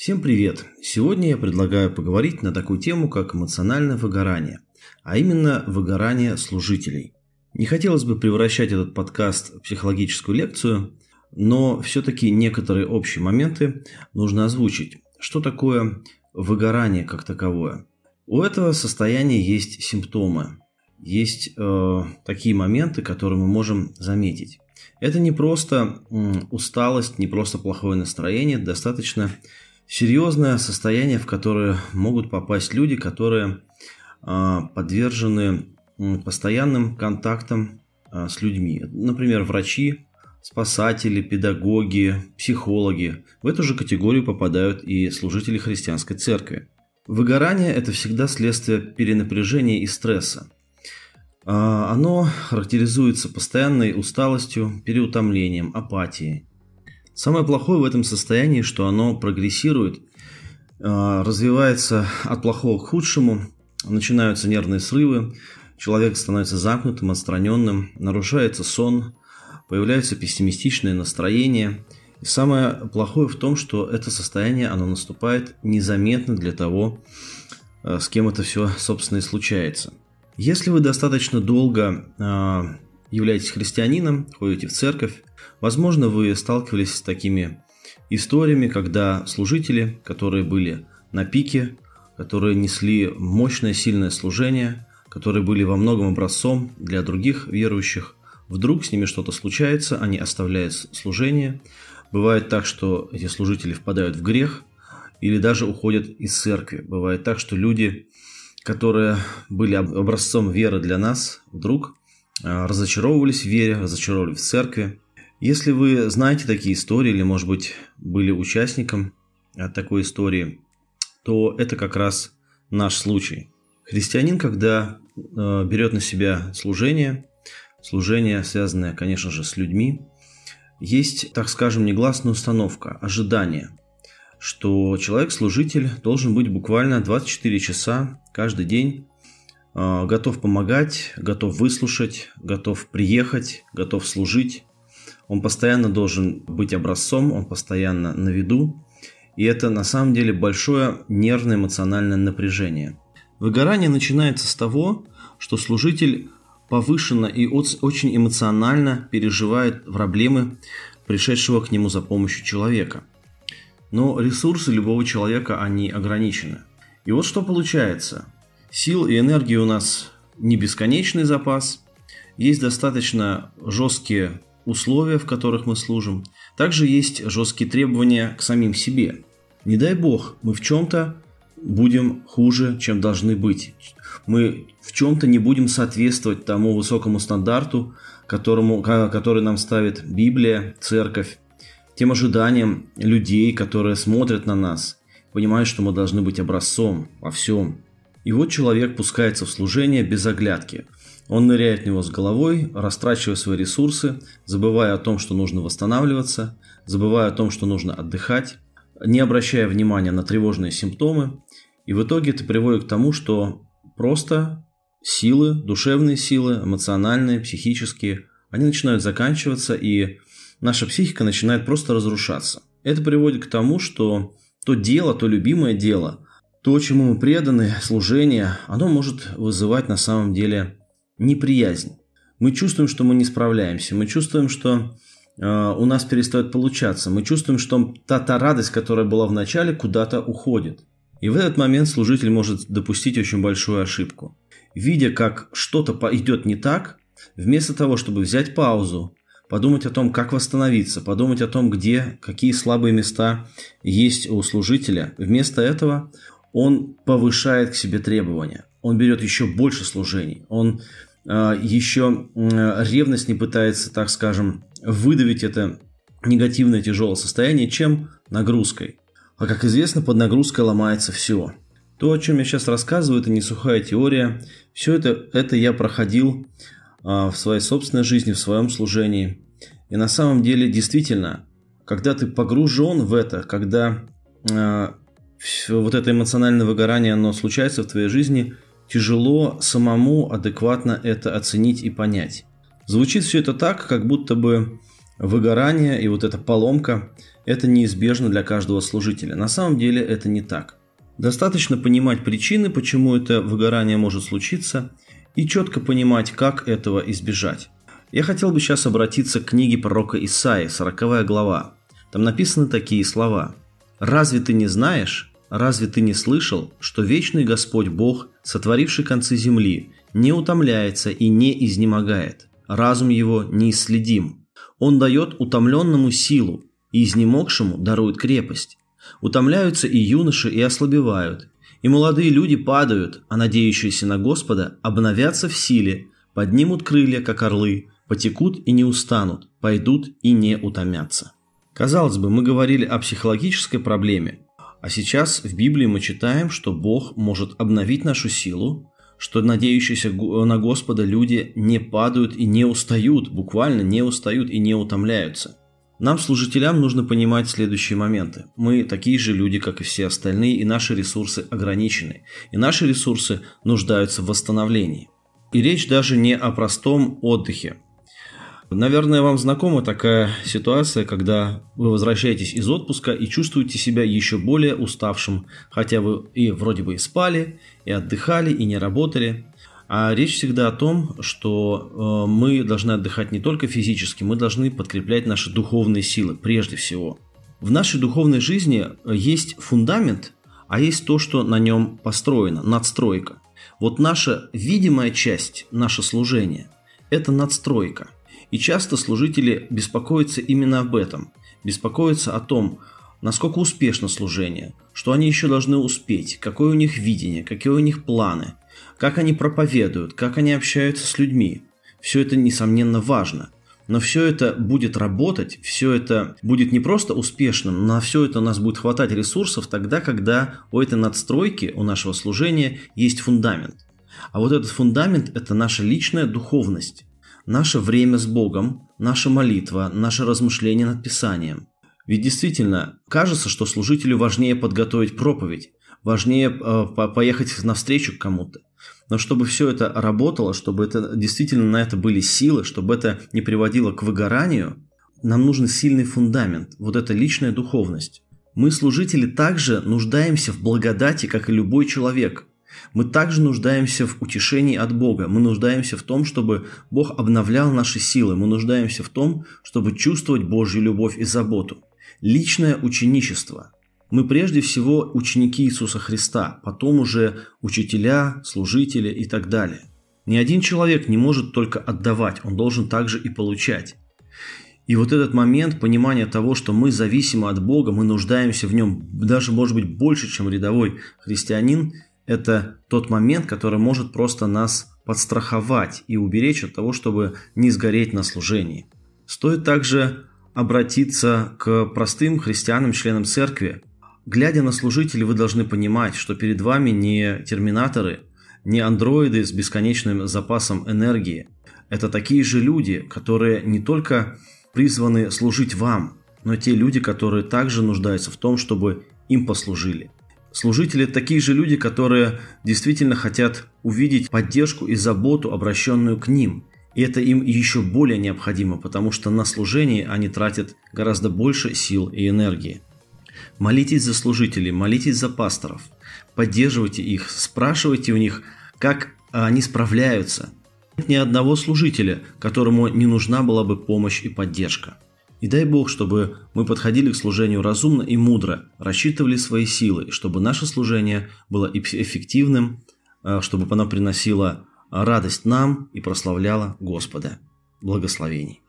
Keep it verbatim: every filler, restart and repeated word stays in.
Всем привет! Сегодня я предлагаю поговорить на такую тему, как эмоциональное выгорание, а именно выгорание служителей. Не хотелось бы превращать этот подкаст в психологическую лекцию, но все-таки некоторые общие моменты нужно озвучить. Что такое выгорание как таковое? У этого состояния есть симптомы, есть э, такие моменты, которые мы можем заметить. Это не просто м, усталость, не просто плохое настроение, достаточно серьезное состояние, в которое могут попасть люди, которые а, подвержены м, постоянным контактам а, с людьми. Например, врачи, спасатели, педагоги, психологи. В эту же категорию попадают и служители христианской церкви. Выгорание – это всегда следствие перенапряжения и стресса. А, оно характеризуется постоянной усталостью, переутомлением, апатией. Самое плохое в этом состоянии, что оно прогрессирует, развивается от плохого к худшему, начинаются нервные срывы, человек становится замкнутым, отстраненным, нарушается сон, появляется пессимистичное настроение. И самое плохое в том, что это состояние оно наступает незаметно для того, с кем это все, собственно, и случается. Если вы достаточно долго являетесь христианином, ходите в церковь, возможно, вы сталкивались с такими историями, когда служители, которые были на пике, которые несли мощное, сильное служение, которые были во многом образцом для других верующих, вдруг с ними что-то случается, они оставляют служение. Бывает так, что эти служители впадают в грех или даже уходят из церкви. Бывает так, что люди, которые были образцом веры для нас, вдруг разочаровывались в вере, разочаровывались в церкви. Если вы знаете такие истории или, может быть, были участником такой истории, то это как раз наш случай. Христианин, когда берет на себя служение, служение, связанное, конечно же, с людьми, есть, так скажем, негласная установка, ожидание, что человек-служитель должен быть буквально двадцать четыре часа каждый день готов помогать, готов выслушать, готов приехать, готов служить. Он постоянно должен быть образцом, он постоянно на виду. И это на самом деле большое нервное эмоциональное напряжение. Выгорание начинается с того, что служитель повышенно и очень эмоционально переживает проблемы пришедшего к нему за помощью человека. Но ресурсы любого человека, они ограничены. И вот что получается. Сил и энергии у нас не бесконечный запас, есть достаточно жесткие условия, в которых мы служим, также есть жесткие требования к самим себе. Не дай бог, мы в чем-то будем хуже, чем должны быть. Мы в чем-то не будем соответствовать тому высокому стандарту, которому, который нам ставит Библия, церковь, тем ожиданиям людей, которые смотрят на нас, понимают, что мы должны быть образцом во всем. И вот человек пускается в служение без оглядки. Он ныряет в него с головой, растрачивая свои ресурсы, забывая о том, что нужно восстанавливаться, забывая о том, что нужно отдыхать, не обращая внимания на тревожные симптомы. И в итоге это приводит к тому, что просто силы, душевные силы, эмоциональные, психические, они начинают заканчиваться, и наша психика начинает просто разрушаться. Это приводит к тому, что то дело, то любимое дело, то, чему мы преданы, служение, оно может вызывать на самом деле неприязнь. Мы чувствуем, что мы не справляемся, мы чувствуем, что э, у нас перестает получаться, мы чувствуем, что та, та радость, которая была в начале, куда-то уходит. И в этот момент служитель может допустить очень большую ошибку. Видя, как что-то идет не так, вместо того, чтобы взять паузу, подумать о том, как восстановиться, подумать о том, где, какие слабые места есть у служителя, вместо этого он повышает к себе требования, он берет еще больше служений, он э, еще э, ревностнее пытается, так скажем, выдавить это негативное тяжелое состояние, чем нагрузкой. А как известно, под нагрузкой ломается все. То, о чем я сейчас рассказываю, это не сухая теория, все это, это я проходил э, в своей собственной жизни, в своем служении. И на самом деле, действительно, когда ты погружен в это, когда э, вот это эмоциональное выгорание, оно случается в твоей жизни, тяжело самому адекватно это оценить и понять. Звучит все это так, как будто бы выгорание и вот эта поломка – это неизбежно для каждого служителя. На самом деле это не так. Достаточно понимать причины, почему это выгорание может случиться, и четко понимать, как этого избежать. Я хотел бы сейчас обратиться к книге пророка Исаии, сороковая глава. Там написаны такие слова. «Разве ты не знаешь, разве ты не слышал, что вечный Господь Бог, сотворивший концы земли, не утомляется и не изнемогает? Разум его неисследим. Он дает утомленному силу, и изнемогшему дарует крепость. Утомляются и юноши, и ослабевают, и молодые люди падают, а надеющиеся на Господа обновятся в силе, поднимут крылья, как орлы, потекут и не устанут, пойдут и не утомятся». Казалось бы, мы говорили о психологической проблеме, а сейчас в Библии мы читаем, что Бог может обновить нашу силу, что надеющиеся на Господа люди не падают и не устают, буквально не устают и не утомляются. Нам, служителям, нужно понимать следующие моменты. Мы такие же люди, как и все остальные, и наши ресурсы ограничены. И наши ресурсы нуждаются в восстановлении. И речь даже не о простом отдыхе. Наверное, вам знакома такая ситуация, когда вы возвращаетесь из отпуска и чувствуете себя еще более уставшим, хотя вы и вроде бы и спали, и отдыхали, и не работали. А речь всегда о том, что э, мы должны отдыхать не только физически, мы должны подкреплять наши духовные силы прежде всего. В нашей духовной жизни есть фундамент, а есть то, что на нем построено, надстройка. Вот наша видимая часть, наше служение – это надстройка. И часто служители беспокоятся именно об этом, беспокоятся о том, насколько успешно служение, что они еще должны успеть, какое у них видение, какие у них планы, как они проповедуют, как они общаются с людьми. Все это, несомненно, важно. Но все это будет работать, все это будет не просто успешным, но на все это у нас будет хватать ресурсов тогда, когда у этой надстройки, у нашего служения есть фундамент. А вот этот фундамент – это наша личная духовность, наше время с Богом, наша молитва, наше размышление над Писанием. Ведь действительно, кажется, что служителю важнее подготовить проповедь, важнее э, поехать навстречу к кому-то. Но чтобы все это работало, чтобы это, действительно на это были силы, чтобы это не приводило к выгоранию, нам нужен сильный фундамент, вот эта личная духовность. Мы, служители, также нуждаемся в благодати, как и любой человек. Мы также нуждаемся в утешении от Бога. Мы нуждаемся в том, чтобы Бог обновлял наши силы. Мы нуждаемся в том, чтобы чувствовать Божью любовь и заботу. Личное ученичество. Мы прежде всего ученики Иисуса Христа, потом уже учителя, служители и так далее. Ни один человек не может только отдавать, он должен также и получать. И вот этот момент понимания того, что мы зависимы от Бога, мы нуждаемся в нем даже, может быть, больше, чем рядовой христианин, это тот момент, который может просто нас подстраховать и уберечь от того, чтобы не сгореть на служении. Стоит также обратиться к простым христианам, членам церкви. Глядя на служителей, вы должны понимать, что перед вами не терминаторы, не андроиды с бесконечным запасом энергии. Это такие же люди, которые не только призваны служить вам, но и те люди, которые также нуждаются в том, чтобы им послужили. Служители – это такие же люди, которые действительно хотят увидеть поддержку и заботу, обращенную к ним. И это им еще более необходимо, потому что на служении они тратят гораздо больше сил и энергии. Молитесь за служителей, молитесь за пасторов, поддерживайте их, спрашивайте у них, как они справляются. Нет ни одного служителя, которому не нужна была бы помощь и поддержка. И дай Бог, чтобы мы подходили к служению разумно и мудро, рассчитывали свои силы, и чтобы наше служение было эффективным, чтобы оно приносило радость нам и прославляло Господа. Благословений.